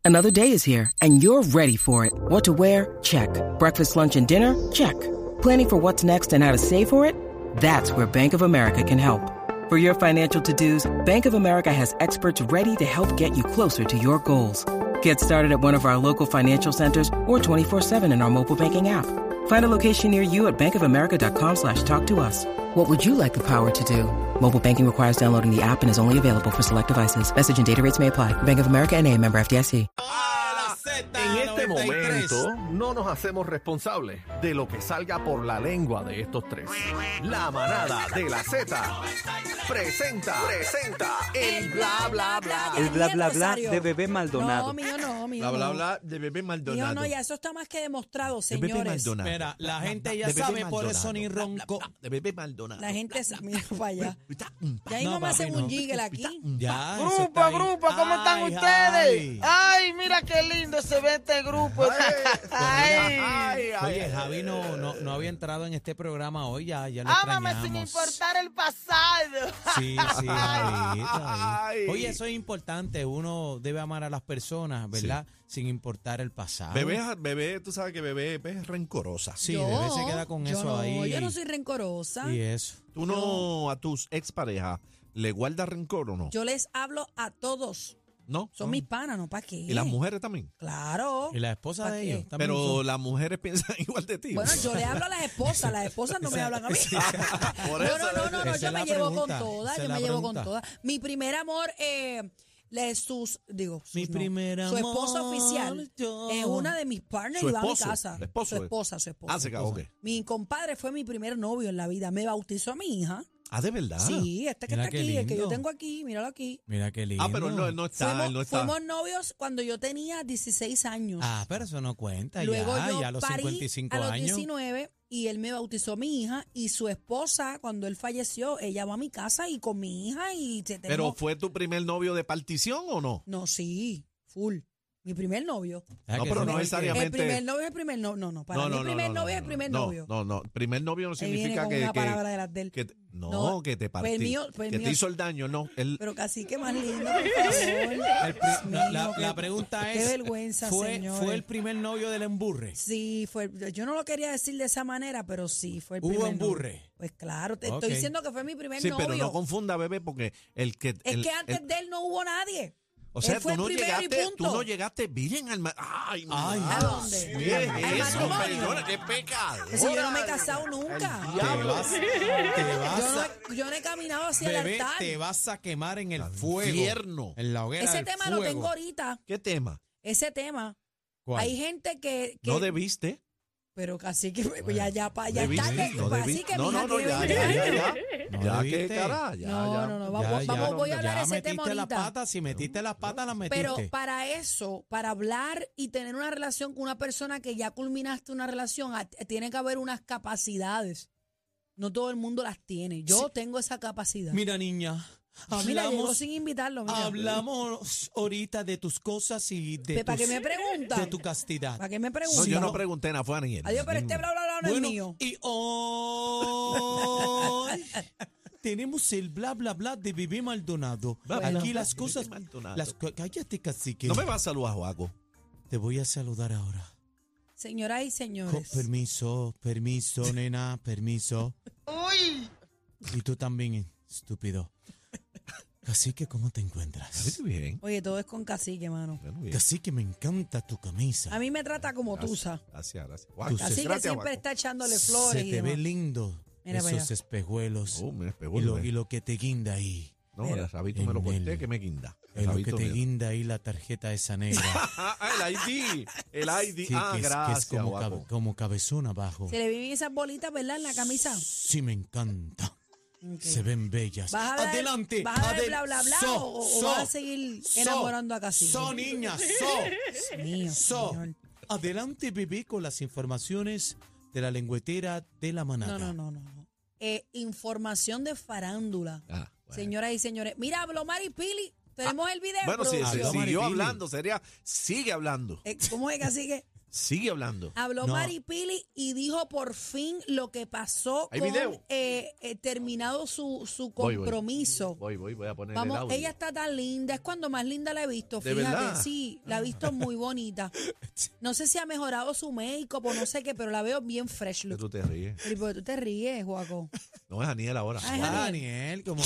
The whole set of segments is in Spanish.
Another day is here, and you're ready for it. What to wear? Check. Breakfast, lunch, and dinner? Check. Planning for what's next and how to save for it? That's where Bank of America can help. For your financial to-dos, Bank of America has experts ready to help get you closer to your goals. Get started at one of our local financial centers or 24/7 in our mobile banking app. Find a location near you at bankofamerica.com/talktous. What would you like the power to do? Mobile banking requires downloading the app and is only available for select devices. Message and data rates may apply. Bank of America N.A., member FDIC. En este momento no nos hacemos responsables de lo que salga por la lengua de estos tres. La manada de la Z presenta el bla bla bla. El bla bla bla de Bebé Maldonado. No, mío no, mío Bla, bla, no. bla de Bebé Maldonado. Mío no, ya eso está más que demostrado, De Bebé señores. Maldonado. Mira, la gente ya De Bebé sabe, por Maldonado. eso ni ronco. De Bebé Maldonado. La gente sabe, mira para allá. Ya mismo No, me hacen papi, un no. jiggle aquí. Ya, eso está ahí. Grupo, ¿cómo están Ay, ustedes? Javi. Ay, mira qué lindo se ve este grupo. Ay, Oye, Javi no había entrado en este programa hoy, ya lo ámame extrañamos. sin importar el pasado. Sí, sí, Javito, Javi. Ay. Oye, eso es importante, uno debe amar a las personas, ¿verdad? Sin importar el pasado. Bebé, tú sabes que Bebé es rencorosa. Sí, Yo- Bebé se queda con yo eso no, ahí. Yo no soy rencorosa. Y eso. ¿Tú no a tus exparejas le guardas rencor o no? Yo les hablo a todos. ¿No? Son mis panas, ¿no? ¿Para qué? ¿Y las mujeres también? Claro. Y la esposa ¿Pa' de qué? ellos también Pero son- las mujeres piensan igual de ti. Bueno, yo le hablo a las esposas no me hablan a mí. Por No, eso. no, esa yo es me la llevo pregunta, con todas, esa yo es me la llevo con pregunta. todas. Mi primer amor, Mi primer su esposa amor, oficial yo. es una de mis partners Su y va a mi esposo, casa. el esposo. Su esposa. Ah, se acabó, ok. Mi compadre fue mi primer novio en la vida. Me bautizó a mi hija. Ah, ¿de verdad? Sí, este que Mira está qué aquí, el que yo lindo. tengo aquí, míralo aquí. Mira qué lindo. Ah, pero él no está, él no está. Fuimos novios cuando yo tenía 16 años. Ah, pero eso no cuenta. Luego ya, yo ya a los parí 55 a los años. 19 y él me bautizó a mi hija y su esposa, cuando él falleció, ella va a mi casa y con mi hija y ¿Pero tenemos... fue tu primer novio de partición o no? No, sí, full. Mi primer novio. Ah, No, que pero eso no hay que- necesariamente- El primer novio es el primer novio. No, para mí el primer novio es el primer novio. No, primer novio no Él viene significa con que... una palabra de las de él. No, que te partí. Pues que mío. te hizo el daño, no. Él, Pero casi que más lindo, por favor. Dios mío, La pregunta qué es, vergüenza, señores. ¿fue el primer novio del emburre? Sí, fue. Yo no lo quería decir de esa manera, pero sí, fue el ¿Hubo primer emburre? novio. Pues claro, te Ok. estoy diciendo que fue mi primer sí, novio. pero no confunda, bebé, porque el que... Es el- que antes el- de él no hubo nadie. O sea, él fue tú no, el primero y llegaste, punto. tú no llegaste virgen al... Ay, Ay, ¿A dónde? ¿Qué es ¿Al eso? matrimonio? Perdona, qué pecado. Que si yo no me he casado nunca. Yo no he caminado hacia el Bebé, altar. te vas a quemar en el fuego. infierno. En la hoguera Ese del tema fuego. lo tengo ahorita. ¿Qué tema? Ese tema. ¿Cuál? Hay gente que No debiste. pero casi que ya Debiste, tarde, no así debiste. que mi No, hija no, tiene ya, 20 ya, años. ya. No Ya, qué debiste. cara, ya, No, ya. no, no, Ya, vamos, voy a hablar ya de ese tema metiste la ahorita. pata, si metiste las patas, las metiste. Pero para eso, para hablar y tener una relación con una persona que ya culminaste una relación, tiene que haber unas capacidades. No todo el mundo las tiene. Yo tengo esa capacidad. Mira, niña, Mira, llegó hablamos, sin invitarlo. Mira. hablamos ahorita de tus cosas y de, ¿Para qué me preguntan? de tu castidad. ¿Para qué me No, preguntan? yo no pregunté nada, fue Aniel. Adiós, pero este bla, bla, bla no Bueno, es mío. y hoy tenemos el bla, bla, bla de Bebé Maldonado. Bla, bla, Aquí bla las de cosas... Bebé Maldonado. Cállate, cacique. No me vas a saludar, Joaco. Te voy a saludar ahora. Señoras y señores. Permiso, nena, permiso. Uy, Y tú también, estúpido. Cacique, ¿cómo te encuentras? Bien. Oye, todo es con cacique, mano. Bueno, bien. Cacique, me encanta tu camisa. A mí me trata como tusa. Gracias, gracias. Tú Cacique Gracias, siempre Joaco. está echándole flores Se y te ve demás. lindo Mira para esos allá. espejuelos Oh, me despegó. y lo que te guinda ahí. No, el rabito me lo en corté, el- que me guinda. En lo que rabito te mío. guinda ahí la tarjeta esa negra. El ID. El ID. Sí, que es Gracias, como, Joaco. como cabezón abajo. Se le viven esas bolitas, ¿verdad? En la camisa. Sí, me encanta. Ok. Se ven bellas. ¿Vas a hablar, Adelante. ¿vas a hablar bla, bla, bla So, o so, vas a seguir so, enamorando a Cacique? niña, Dios mío, so. señor. Adelante, bebé, con las informaciones de la lengüetera de la manada. No. Información de farándula. Ah, bueno. Señoras y señores. Mira, habló Mari Pili. Tenemos el video. Bueno, si producción. Habló siguió Maripili. hablando, sigue hablando. ¿Cómo es, Cacique? Sigue hablando. Habló No. Maripili y dijo por fin lo que pasó ¿Hay con video? terminado su Voy. compromiso. Voy a ponerle el Vamos, audio. ella está tan linda, es cuando más linda la he visto, ¿De fíjate, verdad? sí, la he visto muy bonita. No sé si ha mejorado su make-up o no sé qué, pero la veo bien fresh Que look. tú te ríes. Pero ¿y por qué tú te ríes, Juaco? No es Aniel ahora. Ay, Daniel, como.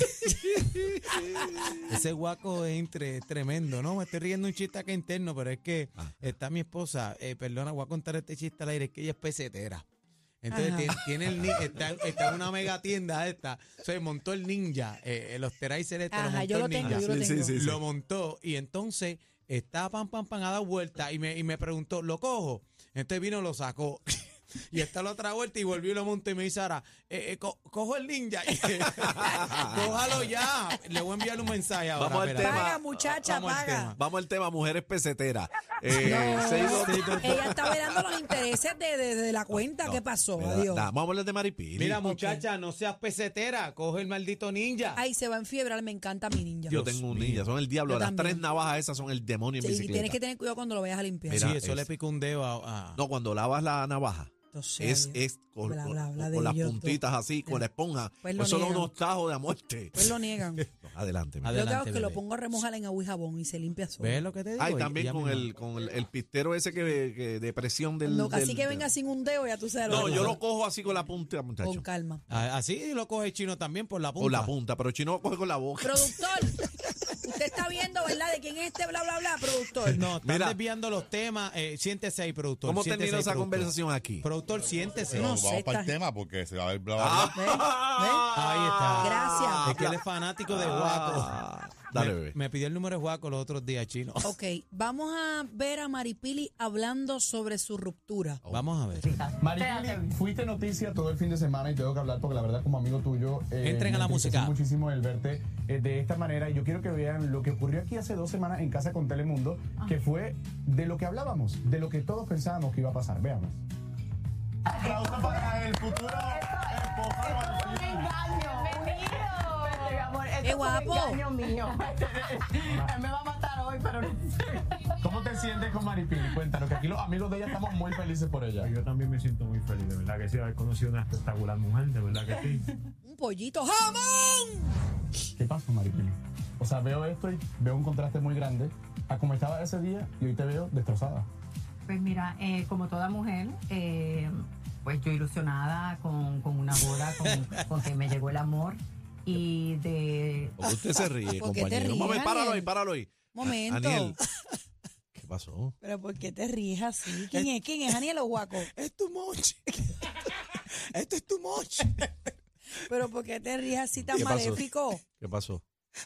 Ese guaco es tremendo, ¿no? Me estoy riendo un chiste acá interno, pero es que está mi esposa. Perdona, voy a contar este chiste al aire, es que ella es pesetera. Entonces Ajá. tiene está en una mega tienda esta. Se montó el ninja, los Teraiser este, Ajá, lo yo montó lo el tengo, ninja. yo lo tengo. sí. Lo montó y entonces está pam, a dar vuelta y me preguntó, ¿lo cojo? Entonces vino, lo sacó. Y está la otra vuelta y volvió y lo montó y me dice ahora, cojo el ninja. Cójalo ya. Le voy a enviar un mensaje ahora. Vamos al espera. tema. Paga, muchacha, Vamos al paga. tema. Vamos al tema mujeres peseteras. No, ella está velando los intereses de la cuenta. ¿Qué pasó? Adiós. Vamos a hablar de Maripili. Mira, muchacha, no seas pesetera, coge el maldito ninja. Ay, se va a enfiebrar, me encanta mi ninja. Yo tengo un ninja, son el diablo. Yo Las también. 3 navajas esas son el demonio en Sí, bicicleta. tienes que tener cuidado cuando lo vayas a limpiar. Mira, sí, eso es- le picó un dedo a... No, cuando lavas la navaja, Entonces, es con, bla, bla, bla, con las de puntitas así, con la esponja. Pues lo Pues son niegan. unos tajos de muerte. pues lo niegan. Adelante. mira. Lo que hago Adelante, es que lo bebé. pongo a remojar en agua y jabón y se limpia solo. ¿Ves lo que te digo? Ay, Y también ya con mismo. el pistero ese que de presión del... No, así del- que venga sin un dedo, ya tú sabes. No, que yo pasa. lo cojo así con la punta, muchacho. Con calma. Así lo coge el chino también por la punta. Con la punta, pero Chino lo coge con la boca. Productor, usted está viendo, ¿verdad? ¿De quién es este bla, bla, bla? Productor. No, están Mira. desviando los temas. Siéntese ahí, productor. ¿Cómo siéntese terminó ahí, esa productor. conversación aquí? Productor, siéntese. No Vamos sé, para el está- tema porque se va a ver bla, bla, bla. Ahí está. Gracias. Es que él es fanático de Guaco. Dale, bebé. Me pidió el número de Guaco los otros días, chino. Ok, vamos a ver a Maripili hablando sobre su ruptura. Vamos a ver. Maripili, fuiste noticia todo el fin de semana y tengo que hablar porque la verdad como amigo tuyo Entren a la me música. entristeció muchísimo el verte de esta manera y yo quiero que vean lo que ocurrió aquí hace 2 semanas en Casa con Telemundo, que fue de lo que hablábamos, de lo que todos pensábamos que iba a pasar. Veamos. Aplauso para el futuro esposo de Maripili. ¡Qué guapo! Mío. Él me va a matar hoy, pero no sé. ¿Cómo te sientes con Maripili? Cuéntanos, que aquí los amigos de ella estamos muy felices por ella. Yo también me siento muy feliz, de verdad que sí, haber conocido una espectacular mujer, de verdad que sí. Un pollito jamón. ¿Qué pasa, Maripili? O sea, veo esto y veo un contraste muy grande a como estaba ese día y hoy te veo destrozada. Pues mira, como toda mujer, pues yo ilusionada con una boda, con que me llegó el amor y de... ¿Por qué usted se ríe, ¿Por qué te compañero? ríes, Momento, páralo ahí, Aniel? páralo ahí. Momento. Aniel. ¿Qué pasó? ¿Pero por qué te ríes así? ¿Quién es? ¿Quién es? ¿Aniel o Guaco? Es tu moche. Esto es tu moche. ¿Pero por qué te ríes así tan ¿Qué pasó? maléfico? ¿Qué pasó?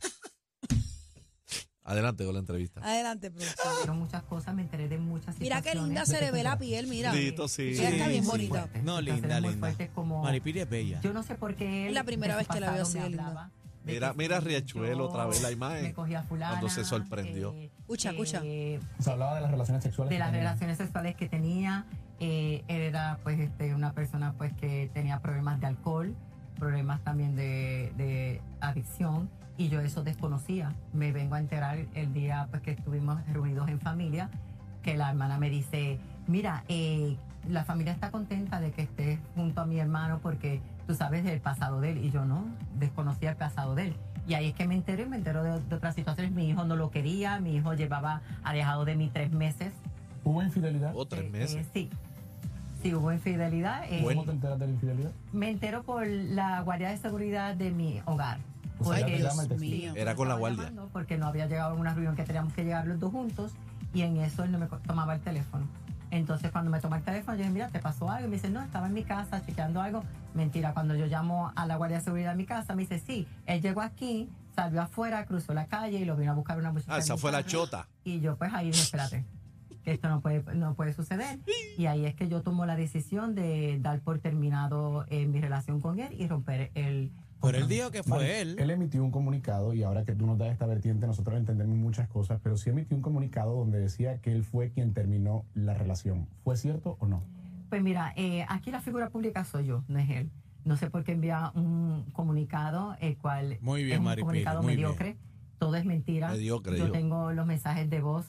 Adelante con la entrevista. Adelante, profesor. Pero muchas cosas, me enteré de muchas Mira situaciones. qué linda se le ve la piel, mira. Listo, sí. Ella está bien Sí, bonita. fuertes, No, situaciones linda, muy linda. fuertes como- Maripili es bella. Yo no sé por qué él Es la primera de vez su que la veo pasado así de me linda. hablaba de Mira, que mira si Riachuelo yo otra vez, la imagen. me cogía fulana, Cuando se sorprendió. Escucha, escucha. Se hablaba de las relaciones sexuales. De que las tenía. relaciones sexuales que tenía. Él era pues una persona pues que tenía problemas de alcohol, problemas también de adicción, y yo eso desconocía. Me vengo a enterar el día pues que estuvimos reunidos en familia, que la hermana me dice, mira, la familia está contenta de que estés junto a mi hermano porque tú sabes del pasado de él, y yo no, desconocía el pasado de él. Y ahí es que me entero de otras situaciones. Mi hijo no lo quería, mi hijo llevaba alejado de mí 3 meses. ¿Hubo infidelidad? O 3 meses. Sí, hubo infidelidad. ¿Cómo te enteras de la infidelidad? Me entero por la guardia de seguridad de mi hogar. O sea, Porque ella te llama y te Dios explica. mío. Era con la estaba guardia. llamando porque no había llegado a una reunión que teníamos que llegar los dos juntos, y en eso él no me tomaba el teléfono. Entonces cuando me toma el teléfono yo dije, mira, ¿te pasó algo? Y me dice, no, estaba en mi casa chequeando algo. Mentira, cuando yo llamo a la guardia de seguridad de mi casa, me dice, sí, él llegó aquí, salió afuera, cruzó la calle y lo vino a buscar una muchacha. Ah, esa en mi fue la carro. chota. Y yo pues ahí dije, espérate, que esto no puede suceder. Y ahí es que yo tomo la decisión de dar por terminado mi relación con él y romper el... Pero él dijo que fue Mari, él. Él emitió un comunicado y ahora que tú nos das esta vertiente, nosotros entendemos muchas cosas, pero sí emitió un comunicado donde decía que él fue quien terminó la relación. ¿Fue cierto o no? Pues mira, aquí la figura pública soy yo, no es él. No sé por qué envía un comunicado, el cual Muy bien, es un Maripili, comunicado muy mediocre. Todo es mentira. Mediocre, yo yo. tengo los mensajes de voz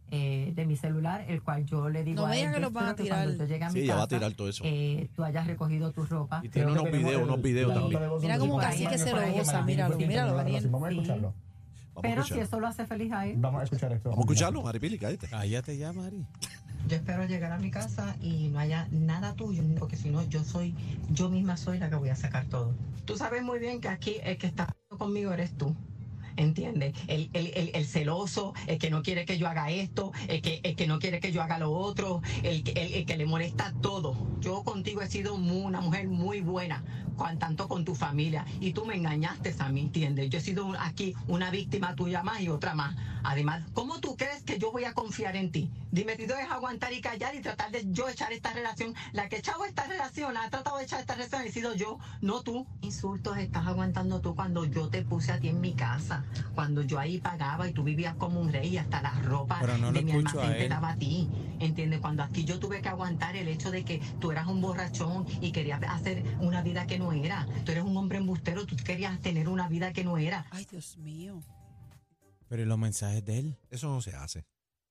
de mi celular, el cual yo le digo No a me él, digan que yo los van a espero que tirar. cuando yo llegue a mi Sí, ella va a casa, tirar todo eso. tú hayas recogido tu ropa. Y tiene unos videos también. Mira cómo Por casi ahí, que se por lo ahí, goza, por ahí, míralo, sí, míralo, Vamos a Daniel. escucharlo. Pero si eso lo hace feliz a él. Vamos a escuchar esto. Vamos a escucharlo, Maripili, cállate. Cállate ya, Mari. Yo espero llegar a mi casa y no haya nada tuyo, porque si no, yo misma soy la que voy a sacar todo. Tú sabes muy bien que aquí el que está conmigo eres tú. ¿Entiendes? El celoso, el que no quiere que yo haga esto, el que no quiere que yo haga lo otro, el que le molesta todo. Yo contigo he sido una mujer muy buena, tanto con tu familia, y tú me engañaste a mí, ¿entiendes? Yo he sido aquí una víctima tuya más y otra más. Además, ¿cómo tú crees que yo voy a confiar en ti? Dime, tú debes aguantar y callar y tratar de yo echar esta relación. La que he echado esta relación, la ha tratado de echar esta relación, he sido yo, no tú. Insultos estás aguantando tú cuando yo te puse a ti en mi casa, cuando yo ahí pagaba y tú vivías como un rey, hasta la ropa Pero no de lo mi escucho almacén a te él. daba a ti, ¿entiendes? Cuando aquí yo tuve que aguantar el hecho de que tú eras un borrachón y querías hacer una vida que no era. Tú eres un hombre embustero, tú querías tener una vida que no era. Ay, Dios mío. Pero ¿y los mensajes de él? Eso no se hace.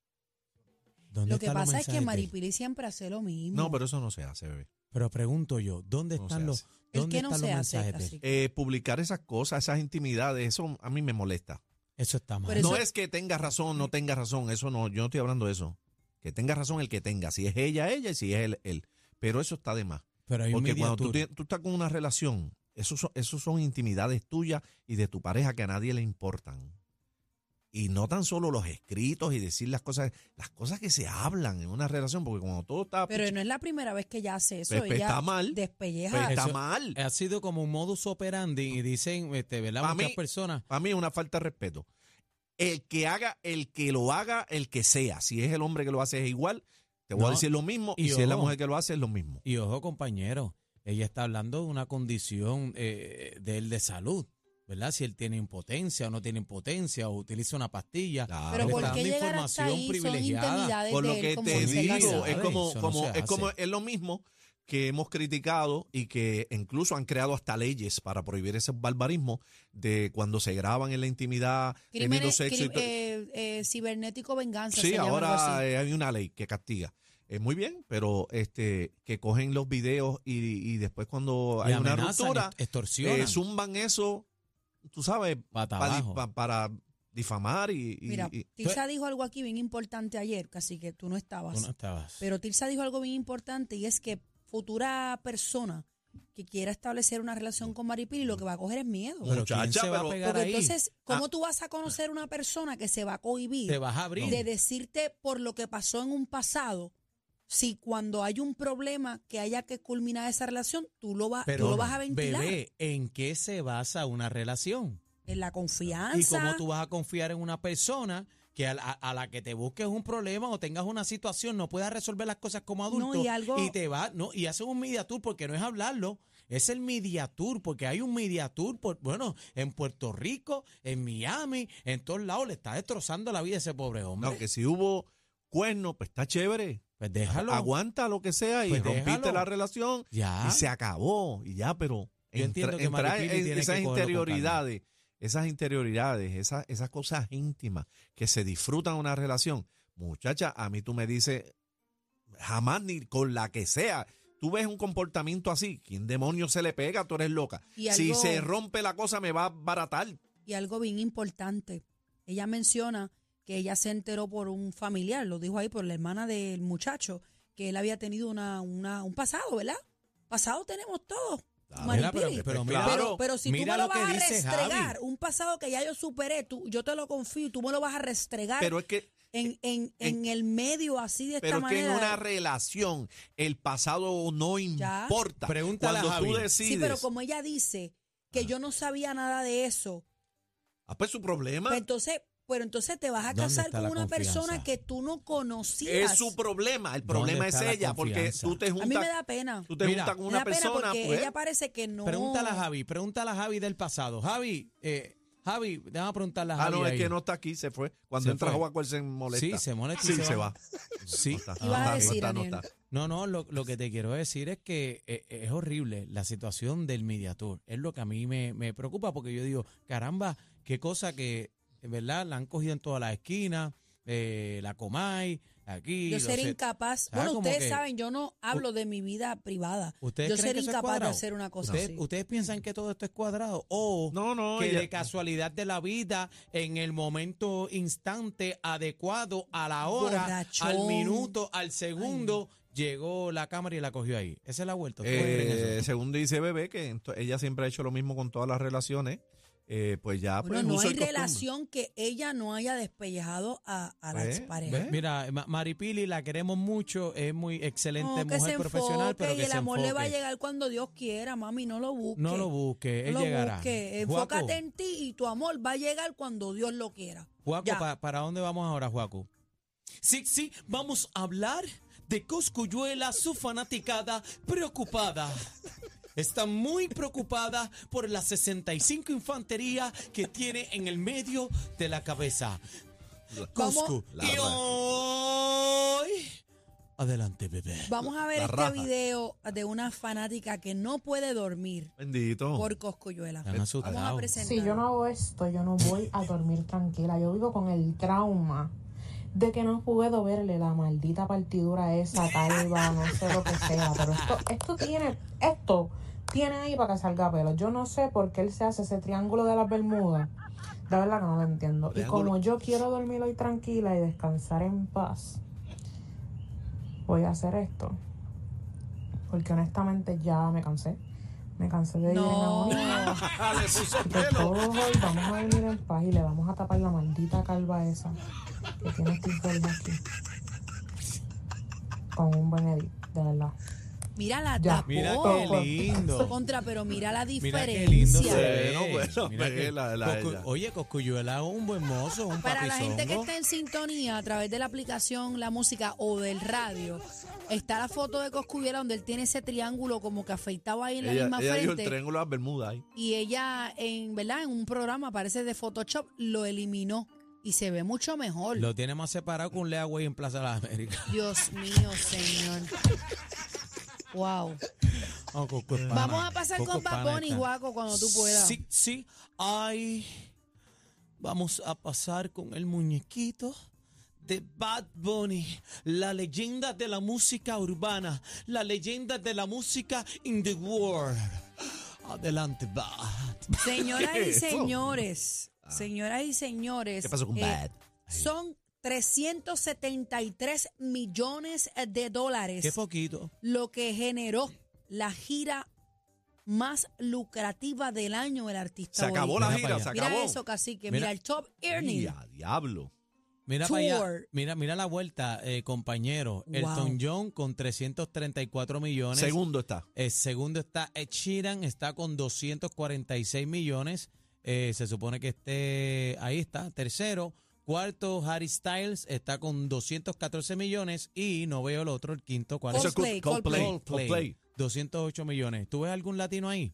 ¿Dónde Lo que están los pasa es que mensajes de él? Maripili siempre hace lo mismo. No, pero eso no se hace, bebé. Pero pregunto yo, ¿dónde No están se los, hace. ¿El dónde qué no están se los hace? mensajes de él? Así? Publicar esas cosas, esas intimidades, eso a mí me molesta. Eso está mal. Por eso- No es que tenga razón, no tenga razón, eso no, yo no estoy hablando de eso. Que tenga razón el que tenga, si es ella, y si es él. Pero eso está de más. Pero hay un Porque cuando mediatur. tú estás con una relación, esos son intimidades tuyas y de tu pareja que a nadie le importan. Y no tan solo los escritos y decir las cosas que se hablan en una relación, porque cuando todo está... Pero no es la primera vez que ella hace eso. Pues ella está mal. despelleja. Pues está Eso- mal. Ha sido como un modus operandi y dicen, ¿verdad? Pa' Muchas mí- personas. Para mí es una falta de respeto. El que lo haga, el que sea. Si es el hombre que lo hace es igual, te voy No, a decir lo mismo. y Y si es la ojo. mujer que lo hace es lo mismo. Y ojo, compañero, ella está hablando de una condición de él de salud, ¿verdad? Si él tiene impotencia o no tiene impotencia o utiliza una pastilla. Claro. Pero le ¿por está qué dando llegar hasta información ahí? Son privilegiada. intimidades Por lo de él, que como te dice digo, Gabriel. es como, Eso no se hace. es lo mismo que hemos criticado y que incluso han creado hasta leyes para prohibir ese barbarismo de cuando se graban en la intimidad, teniendo Crímenes, sexo. cibernético venganza. Sí, se llama algo ahora así. hay una ley que castiga. Muy bien, pero que cogen los videos y después cuando Y hay una amenazan, ruptura, extorsionan. zumban eso, tú sabes, Pata para abajo. difamar y... Mira, y- Tirsa dijo algo aquí bien importante ayer, casi que tú no estabas. Tú no estabas. Pero Tirsa dijo algo bien importante y es que futura persona que quiera establecer una relación con Maripili lo que va a coger es miedo. Pero ¿quién Muchacha, se va a pero- pegar Porque ahí? entonces, ¿cómo tú vas a conocer una persona que se va a cohibir Te vas a abrir. de decirte por lo que pasó en un pasado? Si cuando hay un problema que haya que culminar esa relación, tú lo vas a ventilar Bebé, ¿en qué se basa una relación? en la confianza. ¿Y cómo tú vas a confiar en una persona que a la que te busques un problema o tengas una situación no puedas resolver las cosas como adulto No, y algo- te va, no, y haces un media tour porque no es hablarlo, es el media tour porque hay un media tour, bueno, en Puerto Rico, en Miami, en todos lados le está destrozando la vida a ese pobre hombre. No, que si hubo cuernos, pues está chévere. Pues déjalo. Aguanta lo que sea y Pues rompiste déjalo. la relación Ya. y se acabó y ya, pero Yo entiendo que Maripili en tiene esas que cogerlo con interioridades, esas cosas íntimas que se disfrutan en una relación. Muchacha, a mí tú me dices, jamás ni con la que sea. Tú ves un comportamiento así, ¿quién demonios se le pega? Tú eres loca. Y Si algo- se rompe la cosa me va a baratar. Y algo bien importante, ella menciona que ella se enteró por un familiar, lo dijo ahí por la hermana del muchacho, que él había tenido un pasado, ¿verdad? Pasado tenemos todos. Mira, Maripili. pero mira, Pero si tú mira me lo lo que vas a dice restregar, Javi. un pasado que ya yo superé, yo te lo confío y tú me lo vas a restregar Pero es que en el medio así de esta Pero es que manera. en una relación el pasado no Ya. importa. Pregúntale a Cuando tú Javi. decides. Sí, pero como ella dice que yo no sabía nada de eso, Pues su problema pues entonces te vas a ¿Dónde casar está con la una confianza? persona que tú no conocías. es su problema. El ¿Dónde problema es está la ella, porque confianza? tú te A mí me juntas, da pena. tú te Mira, juntas con Me una da pena persona, porque pues. ella parece que no. Pregúntale a Javi del pasado. Javi, déjame preguntarle a Javi. no, es ahí. que no está aquí, se fue. Cuando Se entra fue. Juan, se molesta. Sí, se molesta y Sí, se se va. va. Sí. No está. ¿Qué ibas a No decir, está, no Daniel? está. No, lo que te quiero decir es que es horrible la situación del mediator. Es lo que a mí me preocupa porque yo digo, caramba, qué cosa que, ¿verdad? La han cogido en todas las esquinas. la Comay, aquí. Yo sería incapaz. Bueno, ustedes saben, yo no hablo de mi vida privada. Yo sería incapaz de hacer una cosa así. ¿Ustedes piensan que todo esto es cuadrado? O que de casualidad de la vida, en el momento instante adecuado, a la hora, borrachón, al minuto, al segundo, llegó la cámara y la cogió ahí. Esa es la vuelta. Según dice Bebé, que ella siempre ha hecho lo mismo con todas las relaciones. Pues ya, bueno, pues, no hay relación que ella no haya despellejado a la expareja. Mira, Maripili, la queremos mucho, es muy excelente que mujer se profesional, pero y que el se amor enfoque. le va a llegar cuando Dios quiera, mami, no lo busque. No lo busque, él no lo llegará. Busque. Enfócate en ti y tu amor va a llegar cuando Dios lo quiera. Juaco, ¿para dónde vamos ahora, Juaco? Sí, vamos a hablar de Cosculluela, su fanaticada preocupada. Está muy preocupada por la 65 Infantería que tiene en el medio de la cabeza. Coscu. Y hoy... Adelante, bebé. Vamos a ver video de una fanática que no puede dormir. Bendito. Por Cosculluela. Vamos a presentar. Si yo no hago esto, yo no voy a dormir tranquila. Yo vivo con el trauma de que no puedo verle la maldita partidura esa, calva, no sé lo que sea. Pero esto tiene ahí para que salga pelo. Yo no sé por qué él se hace ese triángulo de las Bermudas. De verdad que no lo entiendo. Y como yo quiero dormir hoy tranquila y descansar en paz, voy a hacer esto. Porque honestamente ya me cansé. Me cansé de vivir en agonía. Le puso pelo. Todos hoy vamos a vivir en paz y le vamos a tapar la maldita calva esa que tiene este informe aquí. Con un buen edit, de verdad. Mira la tapó. Mira qué lindo. Contra, pero mira la diferencia. Mira qué lindo se ve. Oye, Cosculluela es un buen mozo, un Para la papizongo. gente que está en sintonía a través de la aplicación La Música o del radio, está la foto de Cosculluela donde él tiene ese triángulo como que afeitado ahí en la misma ella dijo frente. el triángulo de las Bermudas ahí. Y ella, en un programa, parece de Photoshop, lo eliminó. Y se ve mucho mejor. Lo tiene más separado que un Leaway en Plaza de las Américas. Dios mío, señor. Wow. Vamos a pasar con Bad Bunny, Juaco, cuando tú puedas. Sí. Ay, vamos a pasar con el muñequito de Bad Bunny, la leyenda de la música urbana, la leyenda de la música in the world. Adelante, Bad. Señoras y señores, ¿Qué pasó con Bad? Son 373 millones de dólares. Qué poquito. Lo que generó la gira más lucrativa del año el artista. Se acabó la gira, se acabó. Mira eso, cacique. Mira el top earning. Diablo. Mira para allá, mira la vuelta, compañero. Wow. Elton John con 334 millones. Segundo está. Segundo está Ed Sheeran, está con 246 millones. Se supone que ahí está. Tercero. Cuarto, Harry Styles está con 214 millones. Y no veo el otro, el quinto. ¿Cuál es? Coldplay. 208 millones. ¿Tú ves algún latino ahí?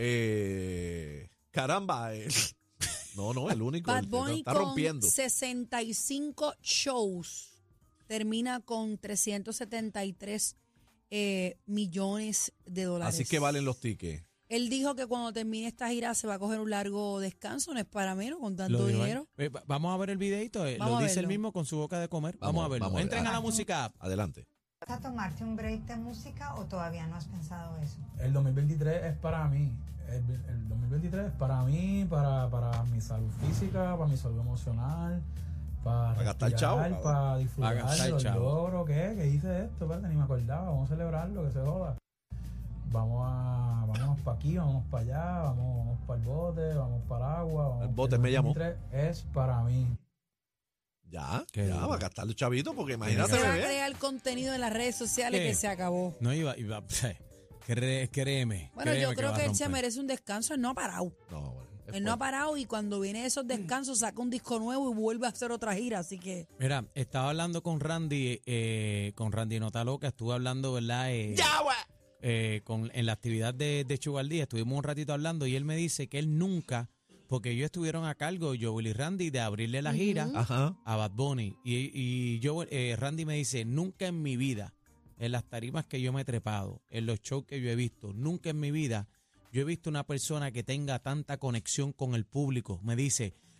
Caramba. No, el único. Bad Bunny está rompiendo. Con 65 shows termina con 373 millones de dólares. Así que valen los tickets. Él dijo que cuando termine esta gira se va a coger un largo descanso, no es para menos con tanto dinero. Vamos a ver el videito, lo dice él mismo con su boca de comer. Vamos a verlo. Entren a la música. Adelante. ¿Vas a tomarte un break de música o todavía no has pensado eso? El 2023 es para mí. El 2023 es para mí, para mi salud física, para mi salud emocional, para gastar chavo, para disfrutar de los logros. ¿Qué hice esto? Espérate, ni me acordaba. Vamos a celebrarlo, que se joda. Vámonos para aquí, vámonos para allá, vamos para el bote, vamos para el agua. El bote me llamó. Es para mí. Ya, va a gastar los chavitos porque imagínate. Se va a crear contenido en las redes sociales que se acabó. No iba créeme. Bueno, yo creo que él se merece un descanso, él no ha parado. Él no ha parado y cuando viene de esos descansos saca un disco nuevo y vuelve a hacer otra gira, así que... Mira, estaba hablando con Randy Nota Loca, estuve hablando, ¿verdad? En la actividad de Chugaldía, estuvimos un ratito hablando y él me dice que él nunca, porque ellos estuvieron a cargo, Joel y Randy, de abrirle la gira a Bad Bunny. Y Randy me dice, nunca en mi vida, en las tarimas que yo me he trepado, en los shows que yo he visto, nunca en mi vida, yo he visto una persona que tenga tanta conexión con el público. Me dice,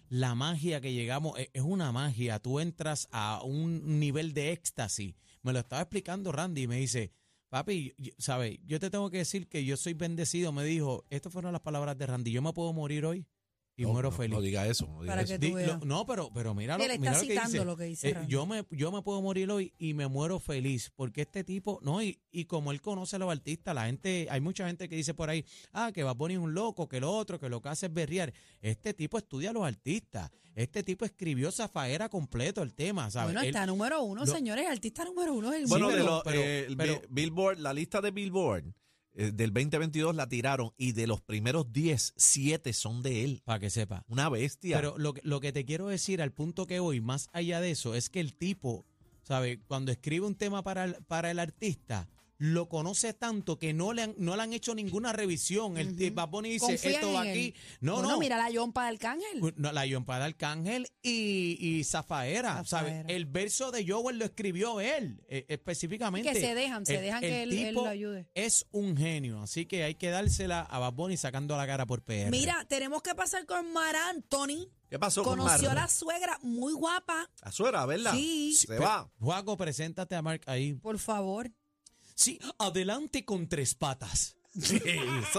la magia que llegamos es una magia. Tú entras a un nivel de éxtasis. Me lo estaba explicando Randy y me dice, papi, ¿sabes? Yo te tengo que decir que yo soy bendecido. Me dijo, estas fueron las palabras de Randy, yo me puedo morir hoy y muero feliz. No diga eso. No diga Para eso. que tú veas. No, pero mira Él está lo que citando dice. lo que dice Randy. Yo me puedo morir hoy y me muero feliz, porque este tipo, no, y como él conoce a los artistas, la gente, hay mucha gente que dice por ahí, que Bad Bunny es un loco, que lo otro, que lo que hace es berrear. Este tipo estudia a los artistas. Este tipo escribió Zafaera completo el tema, ¿sabes? Bueno, está número uno, señores, artista número uno del Bueno, mundo. Billboard, la lista de Billboard del 2022 la tiraron y de los primeros 10, 7 son de él. Para que sepa. Una bestia. Pero lo que te quiero decir, al punto que voy, más allá de eso, es que el tipo, ¿sabes? Cuando escribe un tema para el artista, lo conoce tanto que no le han hecho ninguna revisión. El Bad Bunny dice, Confían esto va en aquí. él. No. Mira la yompa de Arcángel. La yompa de Arcángel y Zafaera, ¿sabes? El verso de Joel lo escribió él, específicamente. Que se dejan que él lo ayude. Es un genio, así que hay que dársela a Bad Bunny sacando la cara por PR. Mira, tenemos que pasar con Mar Anthony. ¿Qué pasó con Mar? Conoció a la suegra, muy guapa. La suegra, ¿verdad? Sí. Se va. Juaco, preséntate a Mark ahí. Por favor. Sí, adelante con 3 patas. ¿Qué es eso?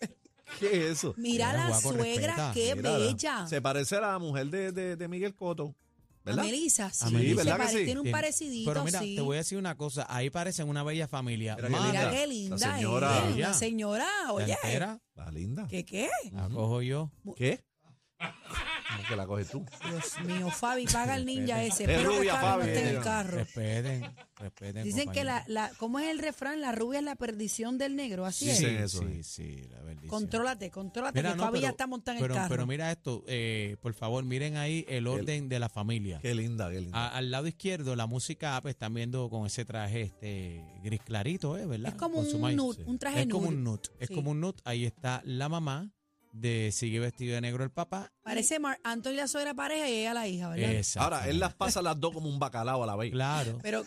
¿Qué es eso? Mira la Juaco, suegra, respeta. qué Mírala. bella. Se parece a la mujer de Miguel Cotto, ¿verdad? A Melissa, sí. Sí, ¿verdad que sí? Tiene un parecidito, Pero mira, sí. te voy a decir una cosa, ahí parecen una bella familia. Mira Mano, Mira qué linda La señora. es. La señora, ¿la oye. entera? La linda. ¿Qué? La cojo yo. ¿Qué? ¿Cómo que la coges tú? Dios mío, Fabi, paga el ninja ese. Es Espero que rubia, Fabi no Fabi, esté en el ella. carro. Respeten. Dicen que compañero. ¿cómo es el refrán? La rubia es la perdición del negro, así Sí, es. dicen eso. Sí, la bendición. Contrólate, Mira, que no, Fabi ya pero- está montada en el carro. Pero mira esto, por favor, miren ahí el orden de la familia. Qué linda, qué linda. Al lado izquierdo, la música, pues están viendo con ese traje gris clarito, ¿verdad? Es como Con su un maíz. nude, un traje Es como nude. un nude. Es Sí. como un nude. Ahí está la mamá sigue vestido de negro el papá. Parece Mar Anthony la suegra pareja y ella la hija, ¿verdad? Exacto. Ahora, él las pasa las dos como un bacalao a la vez. Claro. Pero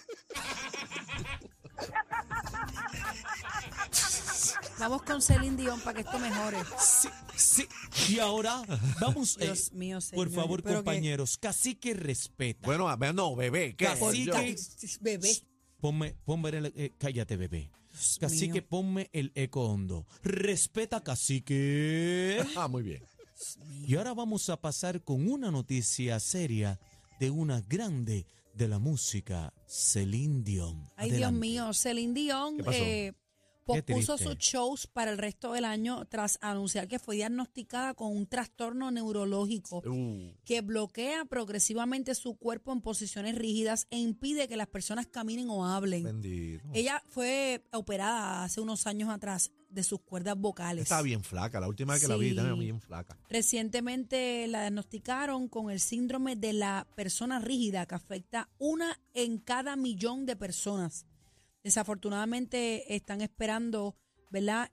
vamos con Celine Dion para que esto mejore. Sí. Y ahora vamos, Dios mío, señor. por favor, pero compañeros, cacique respeta. Bueno, no, bebé, ¿qué? Cacique, bebé. ponme cállate, bebé. Dios Cacique, mío. ponme el eco hondo. Respeta, cacique. Ah, muy bien. Y ahora vamos a pasar con una noticia seria de una grande de la música, Celine Dion. Ay, Adelante. Dios mío, Celine Dion ¿Qué pasó? pospuso triste. sus shows para el resto del año tras anunciar que fue diagnosticada con un trastorno neurológico que bloquea progresivamente su cuerpo en posiciones rígidas e impide que las personas caminen o hablen. Bendito. Ella fue operada hace unos años atrás de sus cuerdas vocales. Estaba bien flaca. La última vez que la vi Sí. estaba bien flaca. Recientemente la diagnosticaron con el síndrome de la persona rígida, que afecta 1 en cada 1.000.000 de personas. Desafortunadamente están esperando, ¿verdad?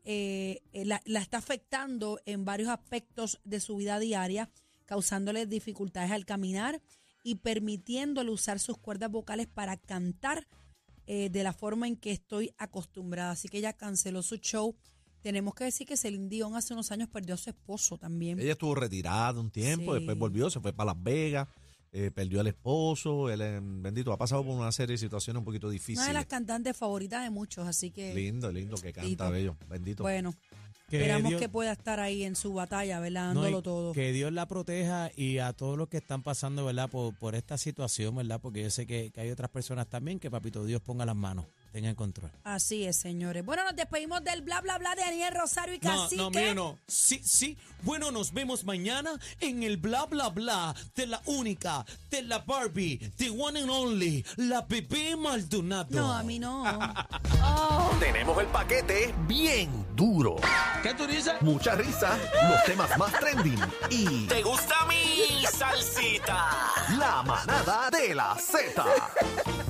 La está afectando en varios aspectos de su vida diaria, causándole dificultades al caminar y permitiéndole usar sus cuerdas vocales para cantar de la forma en que estoy acostumbrada. Así que ella canceló su show. Tenemos que decir que Celine Dion hace unos años perdió a su esposo también. Ella estuvo retirada un tiempo, Sí. después volvió, se fue para Las Vegas, perdió al esposo, él, bendito, ha pasado por una serie de situaciones un poquito difíciles. Una de las cantantes favoritas de muchos, así que Lindo, que canta, Bendito. bello, bendito. bueno, Que esperamos Dios- que pueda estar ahí en su batalla, ¿verdad? No, y Dándolo todo. Que Dios la proteja y a todos los que están pasando, ¿verdad? Por esta situación, ¿verdad? Porque yo sé que hay otras personas también que Papito Dios ponga las manos, tenga el control. Así es, señores. Bueno, nos despedimos del bla, bla, bla de Aniel Rosario y Cacique. No, mío no. Sí. Bueno, nos vemos mañana en el bla, bla, bla de la única, de la Barbie, the one and only, la Bebé Maldonado. No, a mí no. Tenemos el paquete bien duro. ¿Qué tú dices? Mucha risa, los temas más trending y ¿Te gusta mi salsita? la manada de la Z.